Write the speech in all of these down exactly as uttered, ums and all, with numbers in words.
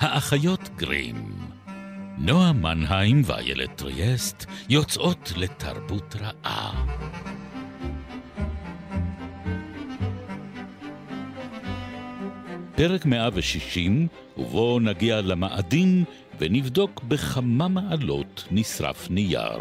האחיות גרים. נועה מנהיים ואיילת טריאסט יוצאות לתרבות רעה. פרק מאה ושישים, ובו נגיע למאדים ונבדוק בכמה מעלות נשרף נייר.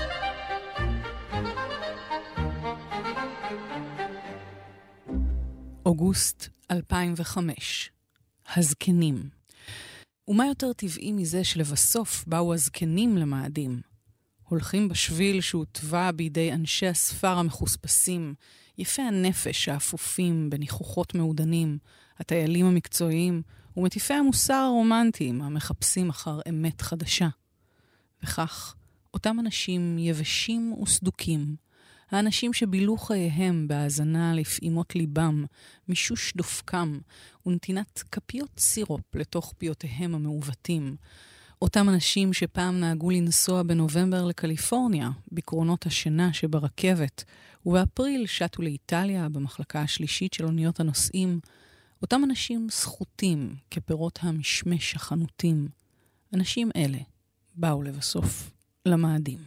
אוגוסט אלפיים וחמש. הזקנים. ומה יותר טבעי מזה שלבסוף באו הזקנים למאדים? הולכים בשביל שהוטבע בידי אנשי הספר המחוספסים, יפי הנפש האפופים בניחוחות מעודנים, הטיילים המקצועיים ומטיפי המוסר הרומנטיים המחפשים אחר אמת חדשה. וכך, אותם אנשים יבשים וסדוקים, האנשים שבילו חייהם בהאזנה לפעימות ליבם, מישוש דופקם ונתינת כפיות סירופ לתוך פיותיהם המעוותים. אותם אנשים שפעם נהגו לנסוע בנובמבר לקליפורניה, בקרונות השינה שברכבת, ובאפריל שטו לאיטליה במחלקה השלישית של אוניות הנוסעים. אותם אנשים זכותים כפירות המשמש החנותים. אנשים אלה באו לבסוף למאדים.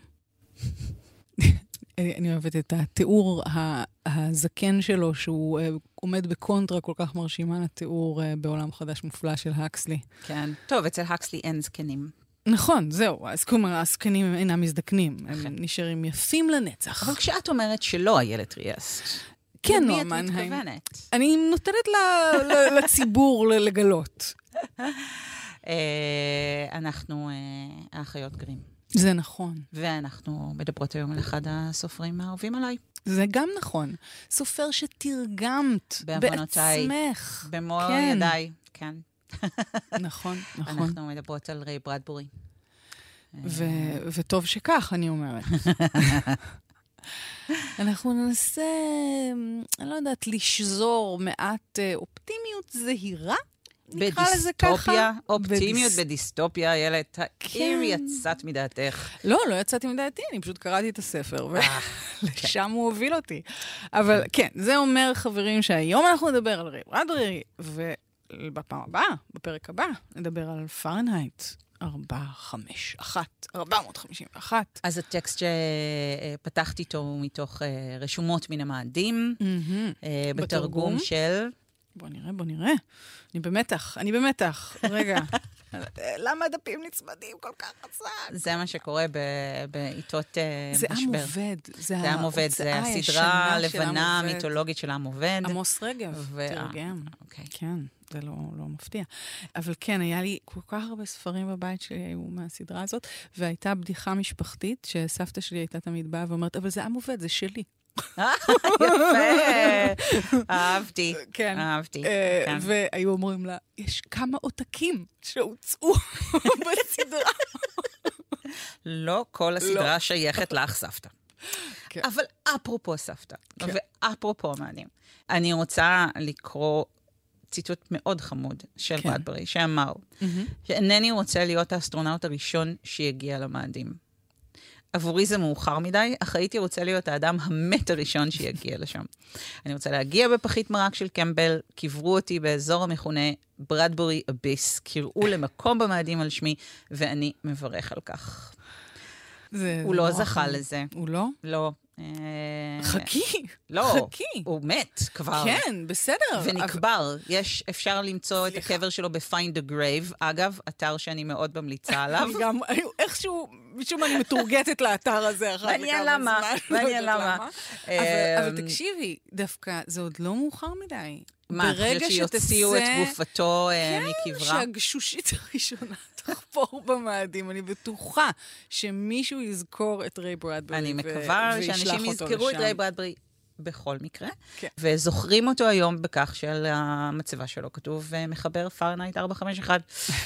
אני אוהבת את התיאור הזקן שלו, שהוא עומד בקונטרה כל כך מרשימה לתיאור בעולם חדש מופלא של הקסלי. כן, טוב, אצל הקסלי אין זקנים. נכון, זהו, אז כלומר, הזקנים אינם מזדקנים, הם נשארים יפים לנצח. אבל כשאת אומרת שלא איילת טריאסט, כן, למי לא, את מנהיים. מתכוונת? אני נותנת לציבור לגלות. אנחנו האחיות גרים. זה נכון. ואנחנו מדברות היום על אחד הסופרים האהובים עליי. זה גם נכון. סופר שתרגמת בעצמך. במו ידיי, כן. נכון, נכון. אנחנו מדברות על ריי ברדבורי. וטוב שכך, אני אומרת. אנחנו ננסה, אני לא יודעת, לשזור מעט אופטימיות זהירה. בדיסטופיה, אופטימיות בדיסטופיה, איילת, האם יצאת מדעתך? לא, לא יצאתי מדעתי, אני פשוט קראתי את הספר, ולשם הוא הוביל אותי. אבל כן, זה אומר, חברים, שהיום אנחנו נדבר על ריי ברדבורי, ובפעם הבאה, בפרק הבא, נדבר על פארנהייט ארבע חמש אחת, ארבע מאות חמישים ואחת. אז הטקסט שפתחתי איתו הוא מתוך רשומות מן המאדים, בתרגום של... בוא נראה, בוא נראה. אני במתח, אני במתח. רגע. למה הדפים נצמדים כל כך חזק? זה מה שקורה בעיתות משבר. זה עם עובד. זה עם עובד, זה הסדרה הלבנה המיתולוגית של עם עובד. עמוס רגב, תרגם. כן, זה לא מפתיע. אבל כן, היה לי כל כך הרבה ספרים בבית שלי היו מהסדרה הזאת, והייתה בדיחה משפחתית שסבתא שלי הייתה תמיד באה ואומרת, אבל זה עם עובד, זה שלי. יפה, אהבתי, כן. אהבתי. והיו אומרים לה, יש כמה עותקים שהוצאו בסדרה. לא כל הסדרה שייכת לך סבתא. אבל אפרופו סבתא, ואפרופו מעניין, אני רוצה לקרוא ציטוט מאוד חמוד של ברדבורי, שאמר, שאינני רוצה להיות האסטרונאוט הראשון שיגיע למאדים. עבורי זה מאוחר מדי, אך הייתי רוצה להיות האדם המת הראשון שיגיע לשם. אני רוצה להגיע בפחית מרק של קמבל, קברו אותי באזור המכונה ברדבורי אביס, קראו למקום במאדים על שמי, ואני מברך על כך. הוא לא זכה לזה. הוא לא? לא. חכי. לא. חכי. הוא מת כבר. כן, בסדר. ונקבר. יש, אפשר למצוא את הקבר שלו ב-Find a Grave. אגב, אתר שאני מאוד ממליצה עליו. גם איכשהו, משום אני מתורגטת לאתר הזה. מעניין למה. מעניין למה. אבל תקשיבי, דווקא זה עוד לא מאוחר מדי. מה, ברגע שיוציאו את גופתו מקברה? כן, שהגשושית הראשונה תחפור במאדים. אני בטוחה שמישהו יזכור את ריי ברדבורי. אני מקווה שאנשים יזכרו את ריי ברדבורי בכל מקרה. וזוכרים אותו היום בכך שעל המצבה שלו כתוב מחבר פארנהייט ארבע חמש אחת.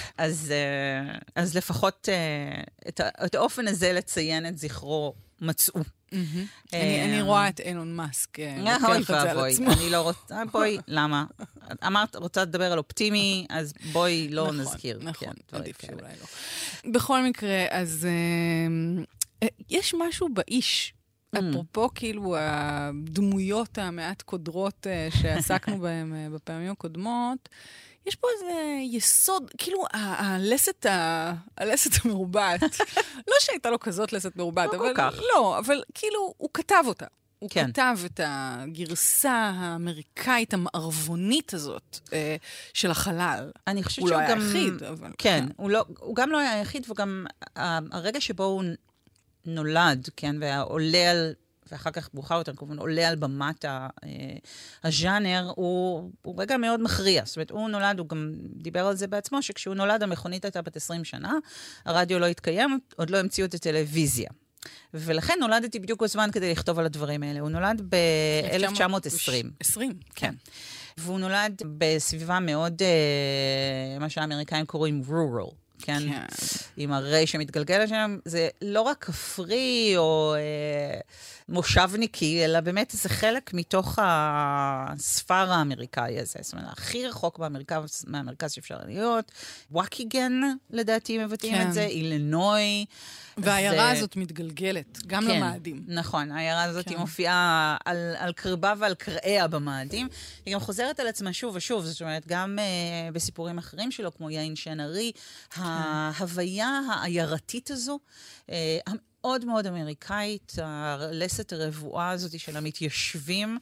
אז לפחות את האופן הזה לציין את זכרו מצאו. אני רואה את אילון מאסק לוקח את זה על עצמו. אני לא רוצה, בואי, למה? אמרת, רוצה לדבר על אופטימי, אז בואי לא נזכיר. נכון, עדיף שאולי לא. בכל מקרה, אז יש משהו באיש אפרופו כאילו הדמויות המעט קודרות שעסקנו בהן בפעמים הקודמות, יש פה איזה יסוד, כאילו הלסת, הלסת המרובעת, לא שהייתה לו כזאת לסת מרובעת, אבל לא, אבל כאילו הוא כתב אותה. הוא כן. כתב את הגרסה האמריקאית המערבונית הזאת אה, של החלל. אני חושבת שהוא שהוא לא גם... היה יחיד, אבל... כן, הוא, לא, הוא גם לא היה יחיד, וגם הרגע שבו הוא נולד, כן, ועולה על... ואחר כך מאוחר יותר, כמובן, עולה על במת הז'אנר, הוא, הוא רגע מאוד מכריע. זאת אומרת, הוא נולד, הוא גם דיבר על זה בעצמו, שכשהוא נולד, המכונית הייתה בת עשרים שנה, הרדיו לא התקיים, עוד לא המציאו את הטלוויזיה. ולכן נולדתי בדיוק בזמן כדי לכתוב על הדברים האלה. הוא נולד ב-אלף תשע מאות עשרים. עשרים, כן. והוא נולד בסביבה מאוד, מה שהאמריקאים קוראים rural. כן, עם הרי שמתגלגל שם, זה לא רק כפרי או אה, מושבניקי, אלא באמת זה חלק מתוך הספר האמריקאי הזה. זאת אומרת, הכי רחוק מהמרכז, מהמרכז שאפשר להיות. וואקיגן, לדעתי, מבטאים כן. את זה, אילינוי. והעיירה זה... הזאת מתגלגלת, גם כן, למאדים. נכון, העיירה הזאת כן. מופיעה על, על קרבה ועל קראיה במאדים. היא גם חוזרת על עצמה שוב ושוב, זאת אומרת, גם uh, בסיפורים אחרים שלו, כמו יין שנרי, כן. ההוויה העיירתית הזו, uh, מאוד מאוד אמריקאית, הלסת הרבועה הזאת של המתיישבים,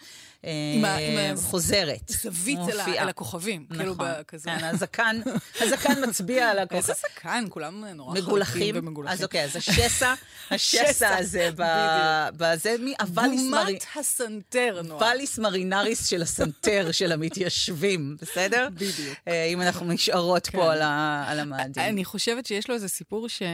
חוזרת. זווית אל הכוכבים, כאילו בכזה. הזקן, הזקן מצביע על הכוכב. איזה זקן, כולם נורא חלקים ומגולחים. אז אוקיי, אז השסע, השסע הזה, בזה, בומת הסנטר, נורא. ואליס מרינריס של הסנטר של המתיישבים, בסדר? בדיוק. אם אנחנו נשארות פה על המאדים. אני חושבת שיש לו איזה סיפור שה...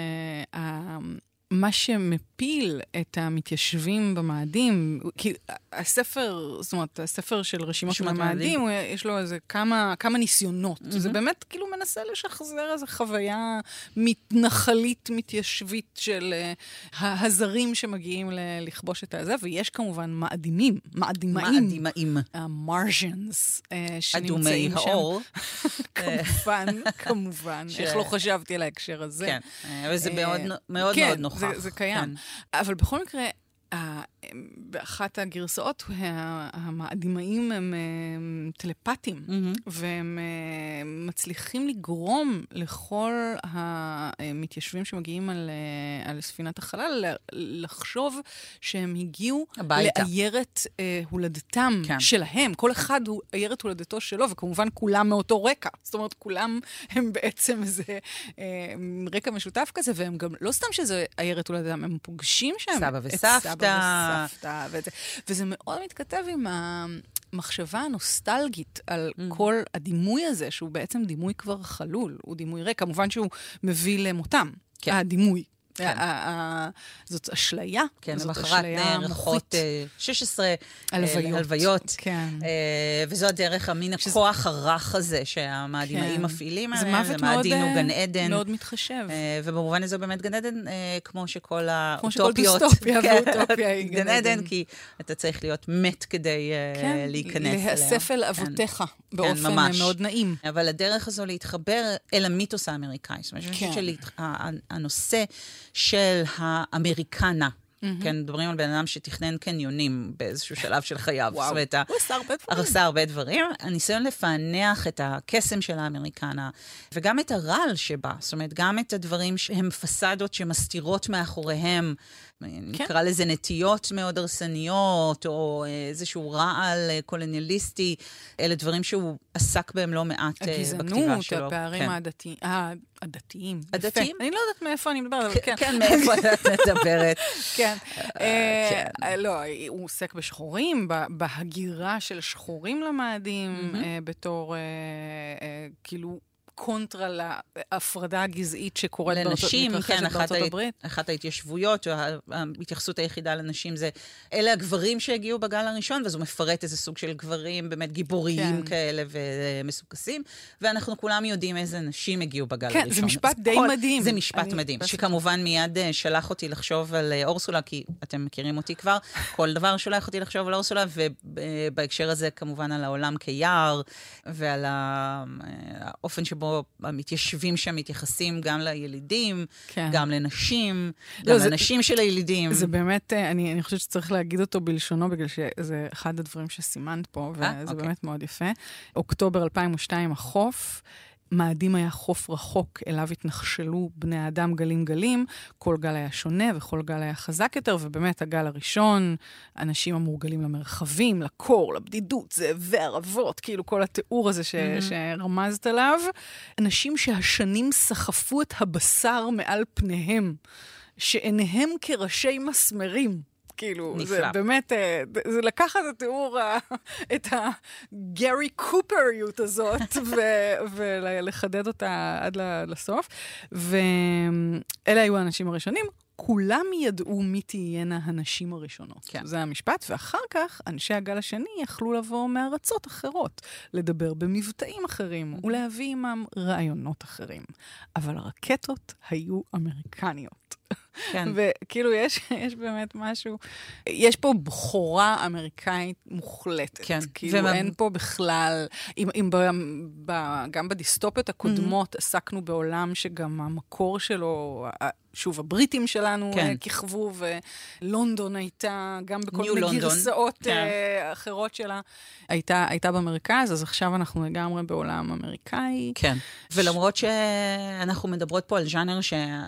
מה שמפיל את המתיישבים במאדים, כי הספר, זאת אומרת, הספר של רשימות של המאדים, יש לו איזה כמה, כמה ניסיונות. Mm-hmm. זה באמת כאילו מנסה לשחזר איזו חוויה מתנחלית, מתיישבית של uh, הזרים שמגיעים ל- לכבוש את הזה, ויש כמובן מאדימים, מאדימאים. מאדימאים. המרז'נס, uh, שנמצאים שם. אדומי האור. כמובן, כמובן. איך לא חשבתי על ההקשר הזה. כן, אבל זה מאוד מאוד נוח. זה, זה קיים. כן. אבל בכל מקרה, באחת הגרסאות, המאדימאים הם טלפתיים, mm-hmm. והם מצליחים לגרום לכל המתיישבים שמגיעים על, על ספינת החלל, לחשוב שהם הגיעו לעיירת הולדתם כן. שלהם. כל אחד הוא עיירת הולדתו שלו, וכמובן כולם מאותו רקע. זאת אומרת, כולם הם בעצם איזה רקע משותף כזה, והם גם, לא סתם שזה עיירת הולדתם, הם פוגשים שם סבא וסבתא. סבתא, וזה, וזה מאוד מתכתב עם המחשבה הנוסטלגית על mm. כל הדימוי הזה, שהוא בעצם דימוי כבר חלול, הוא דימוי ריק, כמובן שהוא מביא למותם, כן. הדימוי. כן. זאת אשליה, כן, זאת אשליה מוחית. שש עשרה הלוויות. הלוויות. כן. וזו הדרך, המין הכוח הרך הזה שהמאדימאים כן. מפעילים עליהם. זה מוות מאוד, גן עדן. מאוד מתחשב. ובמובן הזה באמת גן עדן, כמו שכל כמו האוטופיות. כמו שכל דיסטופיה ואוטופיה היא גן עדן, כי אתה צריך להיות מת כדי כן. להיכנס אליה. להיאסף אל אבותיך באופן כן, מאוד נעים. אבל הדרך הזו להתחבר אל המיתוס האמריקאי. זאת אומרת, כן. שהנושא של האמריקנה, mm-hmm. כן, מדברים על בן אדם שתכנן קניונים באיזשהו שלב של חייו. וואו, הוא עשה הרבה דברים. עשה הרבה דברים. הניסיון לפענח את הקסם של האמריקנה, וגם את הרעל שבה, זאת אומרת, גם את הדברים שהם פסדות שמסתירות מאחוריהם, כן. נקרא לזה נטיות מאוד הרסניות, או איזשהו רעל קולוניאליסטי, אלה דברים שהוא עסק בהם לא מעט בכתיבה שלו. הגזענות, הפערים כן. הדתיים. הדתיים. הדתיים? אני לא יודעת מאיפה אני מדברת, אבל כן. כן, מאיפה את מדברת. כן. לא, הוא עוסק בשחורים, בהגירה של שחורים למאדים, בתור כאילו קונטרה להפרדה הגזעית שקורית לנשים, כן, בארצות הברית. אחת ההתיישבויות, או ההתייחסות היחידה לנשים זה, אלה הגברים שהגיעו בגל הראשון, ואז הוא מפרט איזה סוג של גברים באמת גיבוריים כאלה ומסוכסים, ואנחנו כולם יודעים איזה נשים הגיעו בגל הראשון. כן, זה משפט די מדהים. זה משפט מדהים, שכמובן מיד שלח אותי לחשוב על אורסולה, כי אתם מכירים אותי כבר, כל דבר שולח אותי לחשוב על אורסולה, ובהקשר הזה כמובן על העולם כיער, ועל האופן שבו שבו המתיישבים שם מתייחסים גם לילידים, כן. גם לנשים, לא, גם זה, לנשים של הילידים. זה באמת, אני, אני חושבת שצריך להגיד אותו בלשונו, בגלל שזה אחד הדברים שסימנת פה, וזה אה, אוקיי. באמת מאוד יפה. אוקטובר אלפיים ושתיים, החוף, מאדים היה חוף רחוק, אליו התנחשלו בני האדם גלים גלים, כל גל היה שונה וכל גל היה חזק יותר, ובאמת הגל הראשון, אנשים המורגלים למרחבים, לקור, לבדידות, זאבי ערבות, כאילו כל התיאור הזה ש- mm-hmm. שרמזת עליו. אנשים שהשנים סחפו את הבשר מעל פניהם, שעיניהם כראשי מסמרים. כאילו, נפלא. זה באמת, זה לקחת את התיאור, את הגרי קופריות הזאת, ולחדד אותה עד לסוף. ואלה היו האנשים הראשונים. כולם ידעו מי תהיינה הנשים הראשונות. כן. זה המשפט, ואחר כך אנשי הגל השני יכלו לבוא מארצות אחרות, לדבר במבטאים אחרים, ולהביא עמם רעיונות אחרים. אבל הרקטות היו אמריקניות. כן. וכאילו יש, יש באמת משהו, יש פה בחורה אמריקאית מוחלטת. כן. כאילו ומה... אין פה בכלל, אם, אם ב, ב, גם בדיסטופיות הקודמות mm-hmm. עסקנו בעולם שגם המקור שלו, שוב, הבריטים שלנו כן. כיכבו, ולונדון הייתה, גם בכל מיני גרסאות כן. אחרות שלה, הייתה, הייתה במרכז, אז עכשיו אנחנו לגמרי בעולם אמריקאי. כן, ולמרות שאנחנו מדברות פה על ז'אנר שה...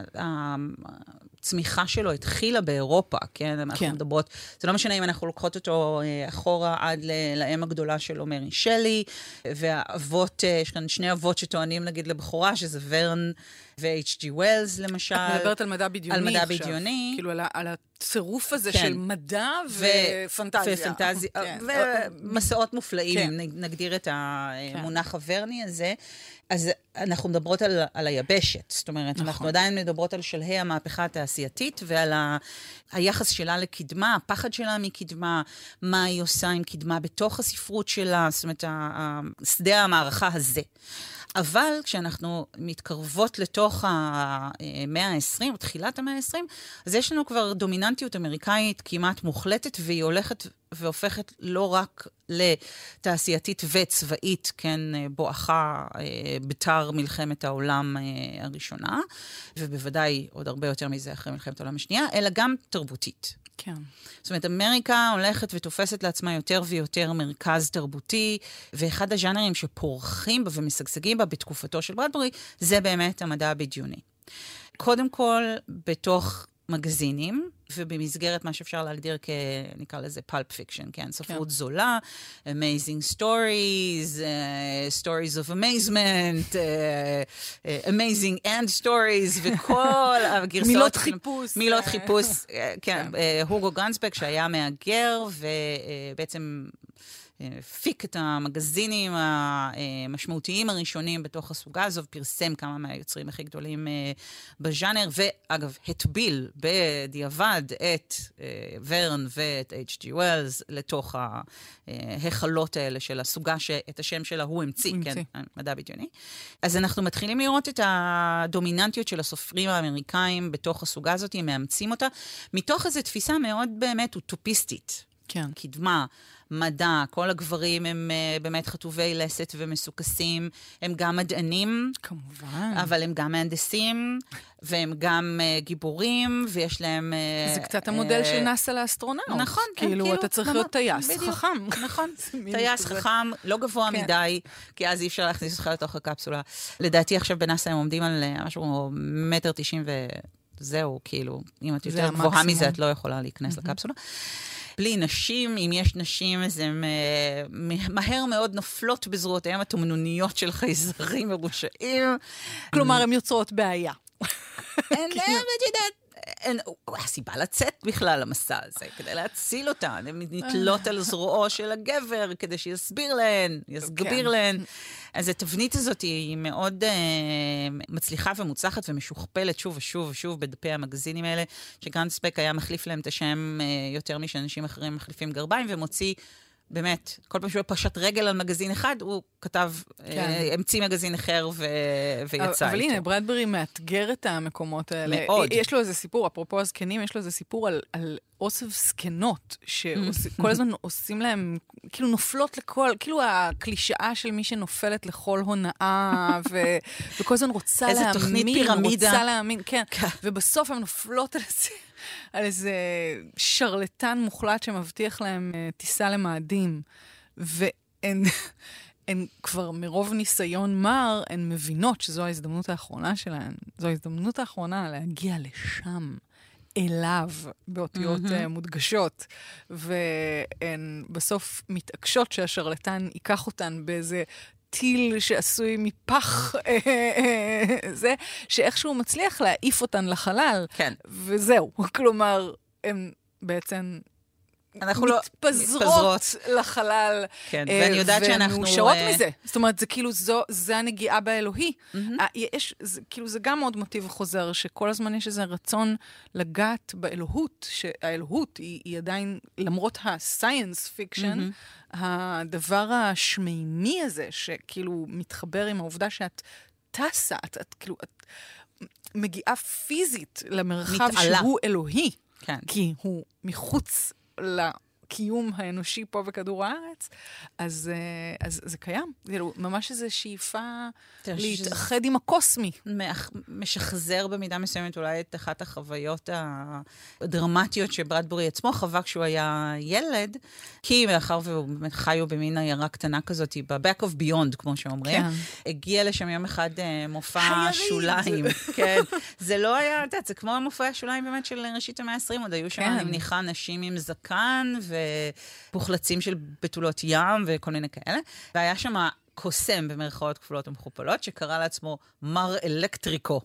הצמיחה שלו התחילה באירופה, כן? אנחנו כן. מדברות, זה לא משנה אם אנחנו לוקחות אותו אחורה עד לאם הגדולה שלו, מרי שלי, והאבות, יש כאן שני אבות שטוענים, נגיד, לבחורה, שזה ורן ו-אייץ' ג'י ווילס, למשל. את מדברת על מדע בדיוני על מדע עכשיו. בדיוני. כאילו, על, על הצירוף הזה כן. של מדע ו... ופנטזיה. ופנטזיה, כן. ומסעות מופלאים, כן. נגדיר את המונח הוורני הזה. אז אנחנו מדברות על, על היבשת, זאת אומרת, נכון. אנחנו עדיין מדברות על שלהי המהפכה התעשייתית, ועל ה, היחס שלה לקדמה, הפחד שלה מקדמה, מה היא עושה עם קדמה בתוך הספרות שלה, זאת אומרת, שדה המערכה הזה. אבל כשאנחנו מתקרבות לתוך המאה ה-עשרים, תחילת המאה ה-עשרים, אז יש לנו כבר דומיננטיות אמריקאית כמעט מוחלטת, והיא הולכת והופכת לא רק לתעשייתית וצבאית, כן, בואכה בתר מלחמת העולם הראשונה, ובוודאי עוד הרבה יותר מזה אחרי מלחמת העולם השנייה, אלא גם תרבותית. כן. זאת אומרת, אמריקה הולכת ותופסת לעצמה יותר ויותר מרכז תרבותי, ואחד הז'אנרים שפורחים בה ומשגשגים בה בתקופתו של ברדברי, זה באמת המדע הבדיוני. קודם כל, בתוך מגזינים, ובמסגרת מה שאפשר להגדיר כנקרא לזה פולפ פיקשן, כן? ספרות זולה, amazing stories, uh, stories of amazement, uh, uh, amazing and stories, וכל הגרסאות... מילות חיפוש. מילות חיפוש, כן. הוגו גרנסבק שהיה מהגר, ובעצם... פיק את המגזינים המשמעותיים הראשונים בתוך הסוגה הזו, פרסם כמה מהיוצרים הכי גדולים בז'אנר, ואגב, התביל בדיעבד את ורן ואת אייץ' ג'י ווילס לתוך ההיכלות האלה של הסוגה שאת השם שלה הוא המציא, כן, מדע בדיוני. אז אנחנו מתחילים לראות את הדומיננטיות של הסופרים האמריקאים בתוך הסוגה הזאת, הם מאמצים אותה, מתוך איזו תפיסה מאוד באמת אוטופיסטית. כן. קדמה, מדע, כל הגברים הם uh, באמת חטובי לסת ומסוכסים, הם גם מדענים, כמובן, אבל הם גם מהנדסים, והם גם uh, גיבורים, ויש להם... Uh, זה קצת המודל uh, של נאסא לאסטרונאוט. נכון. כאילו, כאילו אתה צריך ממש, להיות טייס בדיוק, חכם. נכון, טייס חכם, לא גבוה כן. מדי, כי אז אי אפשר להכניס אותך לתוך הקפסולה. לדעתי עכשיו בנאסא הם עומדים על משהו מטר תשעים וזהו, כאילו, אם את יותר גבוהה מזה, את לא יכולה להיכנס mm-hmm. לקפסולה. בלי נשים, אם יש נשים, אז הן מהר מאוד נופלות בזרועותיהם התמנוניות של חייזרים מרושעים. כלומר, הן יוצרות בעיה. אין להם, את יודעת, הסיבה לצאת בכלל למסע הזה, כדי להציל אותן, הן נתלות על זרועו של הגבר, כדי שיסביר להן, יסגביר להן. אז התבנית הזאת היא מאוד uh, מצליחה ומוצלחת ומשוכפלת שוב ושוב ושוב בדפי המגזינים האלה, שגרנסבק היה מחליף להם את השם uh, יותר משאנשים אחרים מחליפים גרביים, ומוציא באמת, כל פעם שהוא פשט רגל על מגזין אחד, הוא כתב, כן. המציא מגזין אחר ו... ויצא אבל איתו. אבל הנה, ברדברי מאתגר את המקומות האלה. מאוד. יש לו איזה סיפור, אפרופו הזקנים, יש לו איזה סיפור על, על אוסף זקנות, שכל הזמן עושים להם, כאילו נופלות לכל, כאילו הקלישאה של מי שנופלת לכל הונאה, ו... וכל הזמן רוצה להאמין. איזה תוכנית פירמידה. רוצה להאמין, כן. ובסוף הן נופלות על זה. על איזה שרלטן מוחלט שמבטיח להם uh, טיסה למאדים, והן הן כבר מרוב ניסיון מר, הן מבינות שזו ההזדמנות האחרונה שלהן. זו ההזדמנות האחרונה להגיע לשם, אליו, באותיות mm-hmm. uh, מודגשות, והן בסוף מתעקשות שהשרלטן ייקח אותן באיזה טיל שעשוי מפח, זה, שאיכשהו מצליח להעיף אותן לחלל. כן. וזהו. כלומר, הן בעצם אנחנו מתפזרות, לא, מתפזרות לחלל. כן, ואני יודעת שאנחנו... ומאושרות מזה. זאת אומרת, זה כאילו, זו, זה הנגיעה באלוהי. יש, זה, כאילו, זה גם עוד מוטיב חוזר, שכל הזמן יש איזה רצון לגעת באלוהות, שהאלוהות היא, היא עדיין, למרות ה-science fiction, הדבר השמימי הזה, שכאילו מתחבר עם העובדה שאת טסה, את, את כאילו, את מגיעה פיזית למרחב מתעלה. שהוא אלוהי, כן. כי הוא מחוץ לקיום האנושי פה בכדור הארץ, אז, אז זה קיים. כאילו, ממש איזו שאיפה להתאחד עם הקוסמי. משחזר במידה מסוימת אולי את אחת החוויות הדרמטיות שברדברי עצמו חווה כשהוא היה ילד, כי מאחר והוא חיו במין עיירה קטנה כזאת, ב-back of beyond, כמו שאומרים, הגיע לשם יום אחד מופע שוליים. כן. זה לא היה, אתה יודע, זה כמו המופע השוליים באמת של ראשית המאה ה-עשרים, עוד היו שם, אני מניחה, נשים עם זקן ופוחלצים של בתולות ים וכל מיני כאלה. והיה שם קוסם במרכאות כפולות ומכופלות, שקרא לעצמו מר אלקטריקו.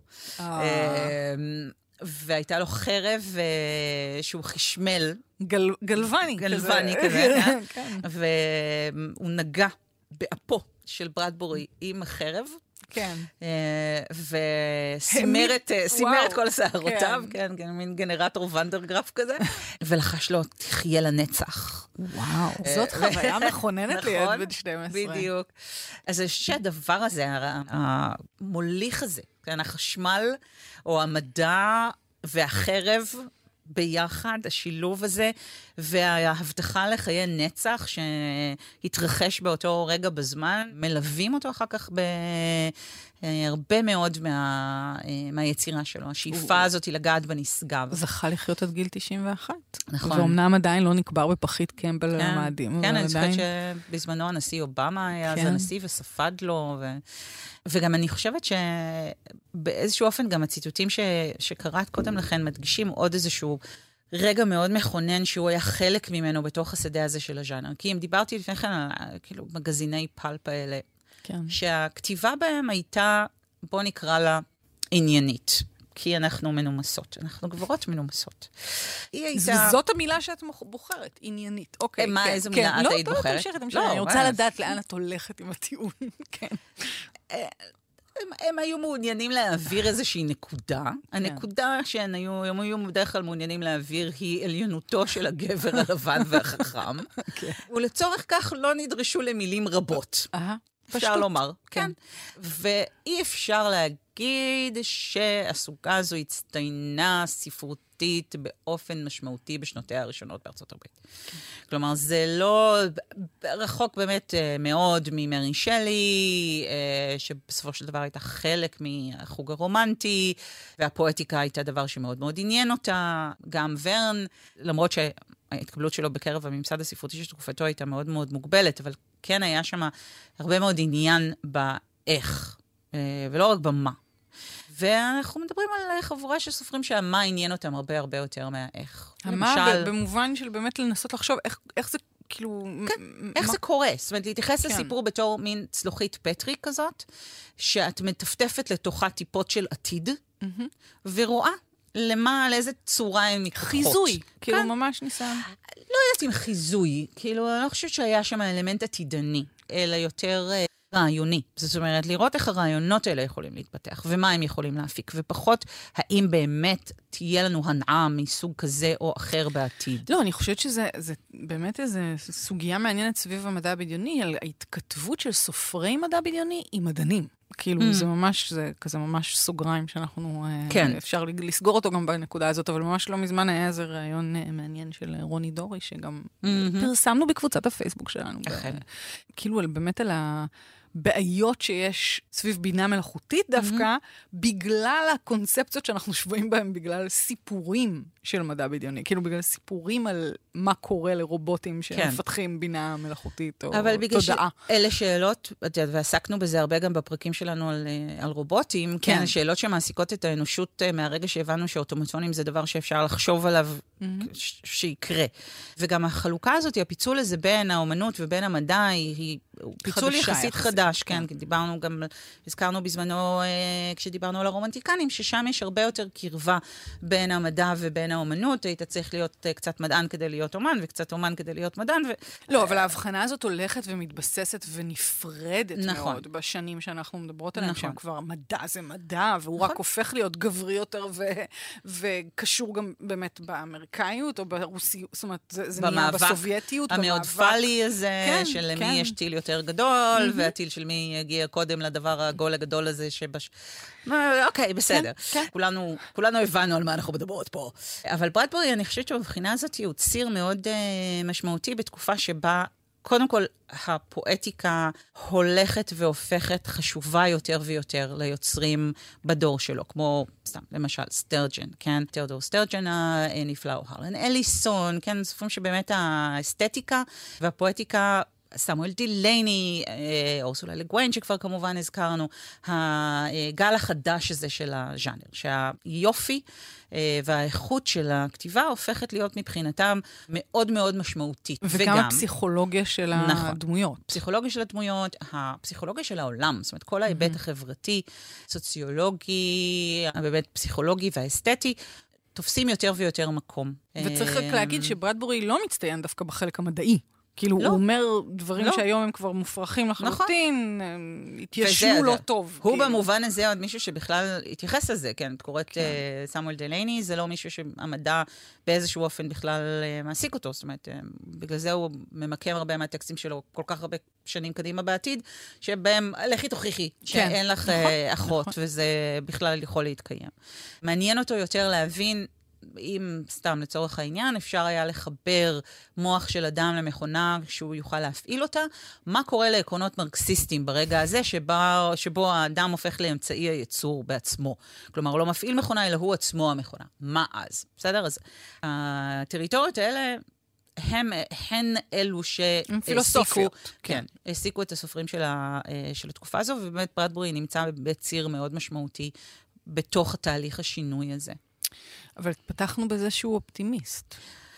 והייתה לו חרב שהוא חשמל. גלווני. גלווני כזה. והוא נגע באפו של ברדברי עם החרב. כן. וסימר את כל שערותיו, כן, מין גנרטור ונדרגרף כזה, ולחש לו, תחיה לנצח. וואו, זאת חוויה מכוננת ליד בן שתים עשרה. בדיוק. אז אני חושבת שהדבר הזה, המוליך הזה, החשמל או המדע והחרב ביחד, השילוב הזה, וההבטחה לחיי נצח שהתרחש באותו רגע בזמן, מלווים אותו אחר כך בהרבה מאוד מה, מהיצירה שלו. השאיפה הזאת היא לגעת בנשגב. זכה לחיות עד גיל תשעים ואחת. נכון. ואומנם עדיין לא נקבר בפחית קמבל למאדים. כן, אני זוכרת שבזמנו הנשיא אובמה היה אז הנשיא וספד לו, ו... וגם אני חושבת שבאיזשהו אופן גם הציטוטים ש... שקראת קודם לכן מדגישים עוד איזשהו רגע מאוד מכונן שהוא היה חלק ממנו בתוך השדה הזה של הז'אנר. כי אם דיברתי לפני כן על כאילו מגזיני פלפ האלה, כן. שהכתיבה בהם הייתה, בוא נקרא לה, עניינית. כי אנחנו מנומסות. אנחנו גברות מנומסות. הייתה... זאת המילה שאת בוחרת, עניינית. אוקיי. מה, כן, איזו כן. מילה לא, את היית בוחרת? לא, תמשיך, תמשיך. לא, אני רוצה מה... לדעת לאן את הולכת עם הטיעון. כן. הם, הם היו מעוניינים להעביר איזושהי נקודה. הנקודה שהם היו, הם היו בדרך כלל מעוניינים להעביר היא עליונותו של הגבר הלבן והחכם. ולצורך כך לא נדרשו למילים רבות. אפשר לומר. כן. ואי אפשר להגיד שהסוגה הזו הצטיינה ספרותית באופן משמעותי בשנותיה הראשונות בארצות הברית. כלומר, זה לא רחוק באמת מאוד ממרי שלי, שבסופו של דבר הייתה חלק מהחוג הרומנטי, והפואטיקה הייתה דבר שמאוד מאוד עניין אותה. גם ורן, למרות שההתקבלות שלו בקרב הממסד הספרותי של תקופתו הייתה מאוד מאוד מוגבלת, אבל כן היה שם הרבה מאוד עניין באיך, ולא רק במה. ואנחנו מדברים על חבורה של סופרים שהמה עניין אותם הרבה הרבה יותר מהאיך. המה למשל... במובן של באמת לנסות לחשוב איך, איך זה כאילו... כן, איך מה... זה קורה? זאת אומרת, להתייחס כן. לסיפור בתור מין צלוחית פטרי כזאת, שאת מטפטפת לתוכה טיפות של עתיד, mm-hmm. ורואה למה, לאיזה צורה הן מתפתחות. חיזוי, כאילו כן. ממש ניסיון. לא יודעת אם חיזוי, כאילו, אני לא חושבת שהיה שם אלמנט עתידני, אלא יותר רעיוני. זאת אומרת, לראות איך הרעיונות האלה יכולים להתפתח, ומה הם יכולים להפיק, ופחות האם באמת תהיה לנו הנעה מסוג כזה או אחר בעתיד. לא, אני חושבת שזה זה באמת איזו סוגיה מעניינת סביב המדע הבדיוני, על ההתכתבות של סופרי מדע בדיוני עם מדענים. כאילו, mm. זה ממש, זה כזה ממש סוגריים שאנחנו, כן. אפשר לסגור אותו גם בנקודה הזאת, אבל ממש לא מזמן היה איזה רעיון מעניין של רוני דורי, שגם mm-hmm. פרסמנו בקבוצת הפייסבוק שלנו. ב- כאילו, באמת על הבעיות שיש סביב בינה מלאכותית דווקא, mm-hmm. בגלל הקונספציות שאנחנו שבועים בהם, בגלל סיפורים של מדע בדיוני, כאילו בגלל סיפורים על מה קורה לרובוטים שמפתחים כן. בינה מלאכותית או אבל בגלל תודעה. אלה שאלות, ועסקנו בזה הרבה גם בפרקים שלנו על, על רובוטים, כן. כן, שאלות שמעסיקות את האנושות מהרגע שהבנו שאוטומטונים זה דבר שאפשר לחשוב עליו mm-hmm. ש- שיקרה. וגם החלוקה הזאת, הפיצול הזה בין האומנות ובין המדע, היא, היא פיצול יחסית יחסית חדש, כן, כן. דיברנו גם, הזכרנו בזמנו, כשדיברנו על הרומנטיקנים, ששם יש הרבה יותר קרבה בין המדע ובין האומנות, היית צריך להיות קצת מדען כדי להיות אומן, וקצת אומן כדי להיות מדען. ו... לא, אבל ההבחנה הזאת הולכת ומתבססת ונפרדת נכון. מאוד בשנים שאנחנו מדברות עליהן, נכון. שהם כבר מדע זה מדע, והוא נכון. רק הופך להיות גברי יותר, ו... וקשור גם באמת באמריקאיות, או ברוסיות, זאת אומרת, זה, זה נהיה בסובייטיות. המאוד פאלי הזה, כן, של כן. מי יש טיל יותר גדול, mm-hmm. והטיל של מי יגיע קודם לדבר הגול הגדול הזה שבש... אוקיי, בסדר. כן, כן. כולנו, כולנו הבנו על מה אנחנו מדברות פה. אבל ברדברי, אני חושבת שבבחינה הזאת הוא ציר מאוד uh, משמעותי בתקופה שבה, קודם כל, הפואטיקה הולכת והופכת חשובה יותר ויותר ליוצרים בדור שלו, כמו, סתם, למשל, סטרג'ן, כן? תיאודור סטרג'ן הנפלא, או הרלן אליסון, כן? סופרים שבאמת האסתטיקה והפואטיקה סמואל דילייני, אורסולה לגוויין, שכבר כמובן הזכרנו, הגל החדש הזה של הז'אנר, שהיופי והאיכות של הכתיבה הופכת להיות מבחינתם מאוד מאוד משמעותית. וגם, וגם הפסיכולוגיה של נכון, הדמויות. פסיכולוגיה של הדמויות, הפסיכולוגיה של העולם, זאת אומרת, כל ההיבט mm-hmm. החברתי, סוציולוגי, באמת פסיכולוגי והאסתטי, תופסים יותר ויותר מקום. וצריך רק להגיד שברדברי לא מצטיין דווקא בחלק המדעי. כאילו, לא. הוא אומר דברים לא. שהיום הם כבר מופרכים לחלוטין, נכון. התיישבו לא טוב. הוא כאילו. במובן הזה עוד מישהו שבכלל התייחס לזה, כן, את קוראת כן. uh, סמואל דלייני, זה לא מישהו שהמדע באיזשהו אופן בכלל uh, מעסיק אותו, זאת אומרת, uh, בגלל זה הוא ממקם הרבה מהטקסטים שלו כל כך הרבה שנים קדימה בעתיד, שבהם, לכי תוכיחי, כן. שאין לך נכון. uh, אחות, נכון. וזה בכלל יכול להתקיים. מעניין אותו יותר להבין, אם סתם לצורך העניין, אפשר היה לחבר מוח של אדם למכונה שהוא יוכל להפעיל אותה, מה קורה לעקרונות מרקסיסטיים ברגע הזה שבה, שבו האדם הופך לאמצעי הייצור בעצמו. כלומר, הוא לא מפעיל מכונה, אלא הוא עצמו המכונה. מה אז? בסדר? אז הטריטוריות האלה, הם, הן אלו שהעסיקו, כן, העסיקו את הסופרים של, ה, של התקופה הזו, ובאמת ברדברי נמצא בציר מאוד משמעותי בתוך התהליך השינוי הזה. אבל פתחנו בזה שהוא אופטימיסט.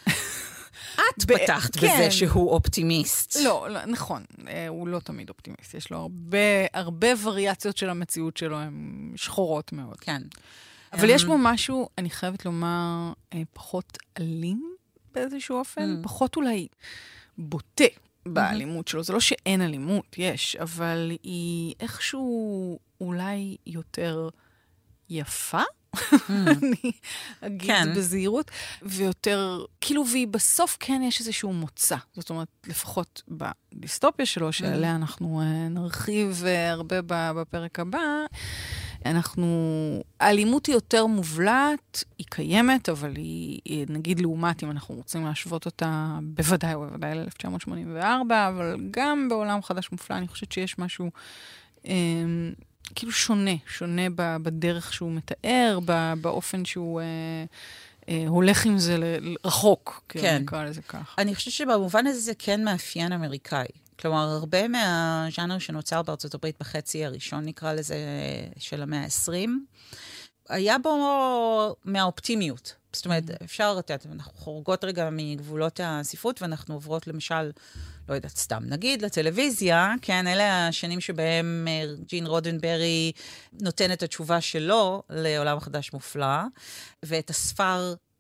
את פתחת בזה שהוא אופטימיסט. לא, נכון. הוא לא תמיד אופטימיסט. יש לו הרבה וריאציות של המציאות שלו, הן שחורות מאוד. כן. אבל יש בו משהו, אני חייבת לומר, פחות אלים באיזשהו אופן, פחות אולי בוטה באלימות שלו. זה לא שאין אלימות, יש, אבל היא איכשהו אולי יותר יפה. אני אגיד בזהירות, ויותר, כאילו, והיא בסוף כן יש איזשהו מוצא. זאת אומרת, לפחות בדיסטופיה שלו, שעליה אנחנו נרחיב הרבה בפרק הבא, אנחנו, האלימות היא יותר מובלעת, היא קיימת, אבל היא, נגיד לעומת, אם אנחנו רוצים להשוות אותה, בוודאי ובוודאי ל-אלף תשע מאות שמונים וארבע, אבל גם בעולם חדש מופלא, אני חושבת שיש משהו כאילו שונה, שונה בדרך שהוא מתאר, באופן שהוא אה, אה, הולך עם זה רחוק, כן. נקרא לזה כך. אני חושבת שבמובן הזה זה כן מאפיין אמריקאי. כלומר, הרבה מהז'אנר שנוצר בארצות הברית בחצי הראשון, נקרא לזה, של המאה ה-עשרים, היה בו מהאופטימיות. זאת אומרת, אפשר, לתת, אנחנו חורגות רגע מגבולות הספרות, ואנחנו עוברות למשל, לא יודעת, סתם, נגיד, לטלוויזיה, כן, אלה השנים שבהם ג'ין רודנברי נותן את התשובה שלו לעולם החדש מופלא, ואת הספר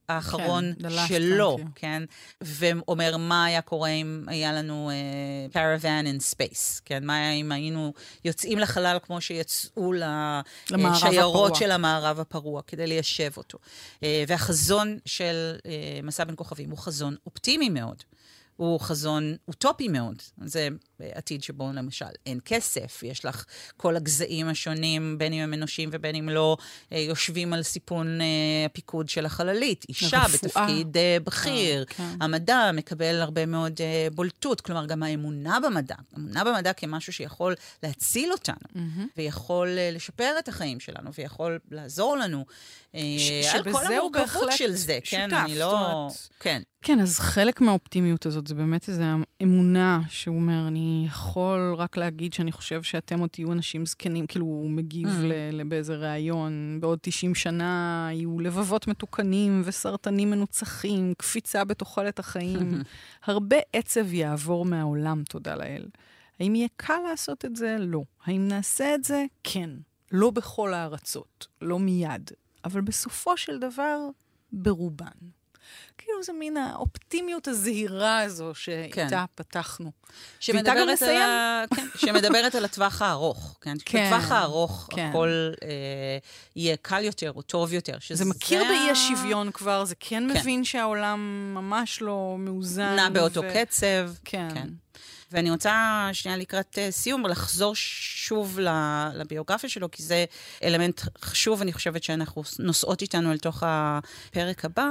האחרון כן, שלו, כן? ואומר מה היה קורה אם היה לנו uh, caravan in space, כן? מה היה אם היינו יוצאים לחלל כמו שיצאו לשיירות של המערב הפרוע, כדי ליישב אותו. Uh, והחזון של uh, מסע בין כוכבים הוא חזון אופטימי מאוד. הוא חזון אוטופי מאוד. זה עתיד שבו למשל אין כסף, יש לך כל הגזעים השונים, בין אם הם אנושים ובין אם לא, יושבים על סיפון הפיקוד של החללית. אישה בתפקיד בכיר, המדע מקבל הרבה מאוד בולטות, כלומר גם האמונה במדע. האמונה במדע כמשהו שיכול להציל אותנו, ויכול לשפר את החיים שלנו, ויכול לעזור לנו על כל המורכבות של זה. כן, אני לא... כן. כן, אז חלק מהאופטימיות הזאת זה באמת איזו אמונה שהוא אומר, אני יכול רק להגיד שאני חושב שאתם עוד תהיו אנשים זקנים, כאילו הוא מגיב באיזה ראיון, בעוד תשעים שנה יהיו לבבות מתוקנים וסרטנים מנוצחים, קפיצה בתוחלת החיים. הרבה עצב יעבור מהעולם, תודה לאל. האם יהיה קל לעשות את זה? לא. האם נעשה את זה? כן. לא בכל הארצות, לא מיד. אבל בסופו של דבר, ברובן. כאילו זה מין האופטימיות הזהירה הזו שאיתה כן. פתחנו. שמדברת על, ה... כן, שמדברת על הטווח הארוך. כן? כן. בטווח הארוך כן. הכל אה, יהיה קל יותר או טוב יותר. זה מכיר זה... באי השוויון כבר, זה כן, כן מבין שהעולם ממש לא מאוזן. נע באותו ו... קצב. כן. כן. ואני רוצה שנייה לקראת סיום, לחזור שוב לביוגרפיה שלו, כי זה אלמנט חשוב, אני חושבת שאנחנו נוסעות איתנו אל תוך הפרק הבא,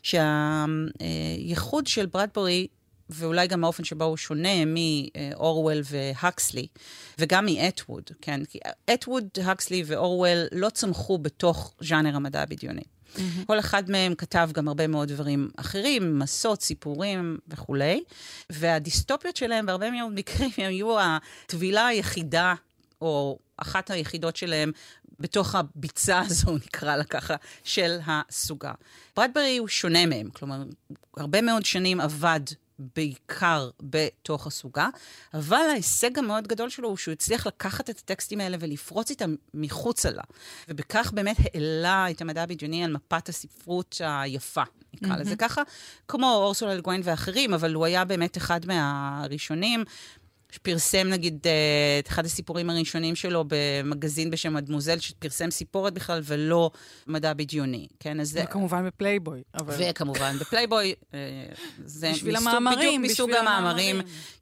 שהייחוד של ברדברי, ואולי גם האופן שבו הוא שונה מאורוול והקסלי, וגם מאטווד, כן? כי אטווד, הקסלי ואורוול לא צמחו בתוך ז'אנר המדע הבדיוני. Mm-hmm. כל אחד מהם כתב גם הרבה מאוד דברים אחרים, מסות, סיפורים וכולי, והדיסטופיות שלהם בהרבה מאוד מקרים היו הטבילה היחידה, או אחת היחידות שלהם בתוך הביצה הזו, נקרא לה ככה, של הסוגה. ברדברי הוא שונה מהם, כלומר, הרבה מאוד שנים עבד בעיקר בתוך הסוגה, אבל ההישג המאוד גדול שלו הוא שהוא הצליח לקחת את הטקסטים האלה ולפרוץ איתם מחוצה לה. ובכך באמת העלה את המדע הבדיוני על מפת הספרות היפה, נקרא לזה ככה, כמו אורסולה לה גוין ואחרים, אבל הוא היה באמת אחד מהראשונים, שפרסם נגיד את אחד הסיפורים הראשונים שלו במגזין בשם אדמוזל, שפרסם סיפורת בכלל ולא מדע בדיוני. כן, אז וכמובן בפלייבוי. אבל... וכמובן בפלייבוי, זה בשביל מסוג, המאמרים, בדיוק מסוג המאמרים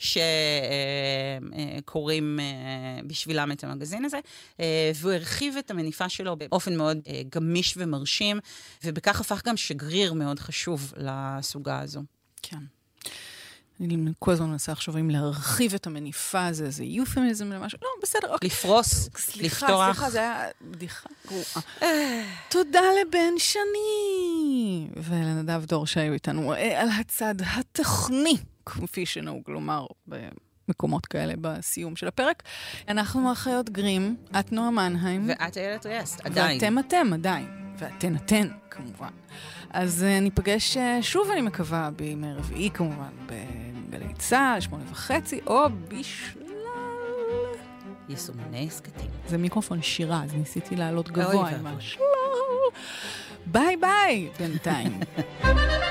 שקוראים בשבילם את המגזין הזה, והוא הרחיב את המניפה שלו באופן מאוד גמיש ומרשים, ובכך הפך גם שגריר מאוד חשוב לסוגה הזו. כן. אני כל הזמן מנסה לחשוב אם להרחיב את המניפה הזה, זה יופמיזם למשהו. לא, בסדר, אוקיי. לפרוס, סליחה, לפתוח. סליחה, זה היה בדיחה גרועה. תודה לבן שני. ולנדב דור שהיו איתנו על הצד הטכני, כפי שנהוג לומר במקומות כאלה בסיום של הפרק. אנחנו מאחיות גרים, את נועה מנהיים. ואת איילת ריאסט, עדיין. ואתם אתם עדיין. ואתן אתן, כמובן. אז uh, ניפגש uh, שוב, אני מקווה, בימי רביעי, כמובן, בגלי צהל, שמונה וחצי, או בשלל... יישומני סקטים. זה מיקרופון שירה, אז ניסיתי לעלות גבוה עם השלל. ביי ביי, בינתיים.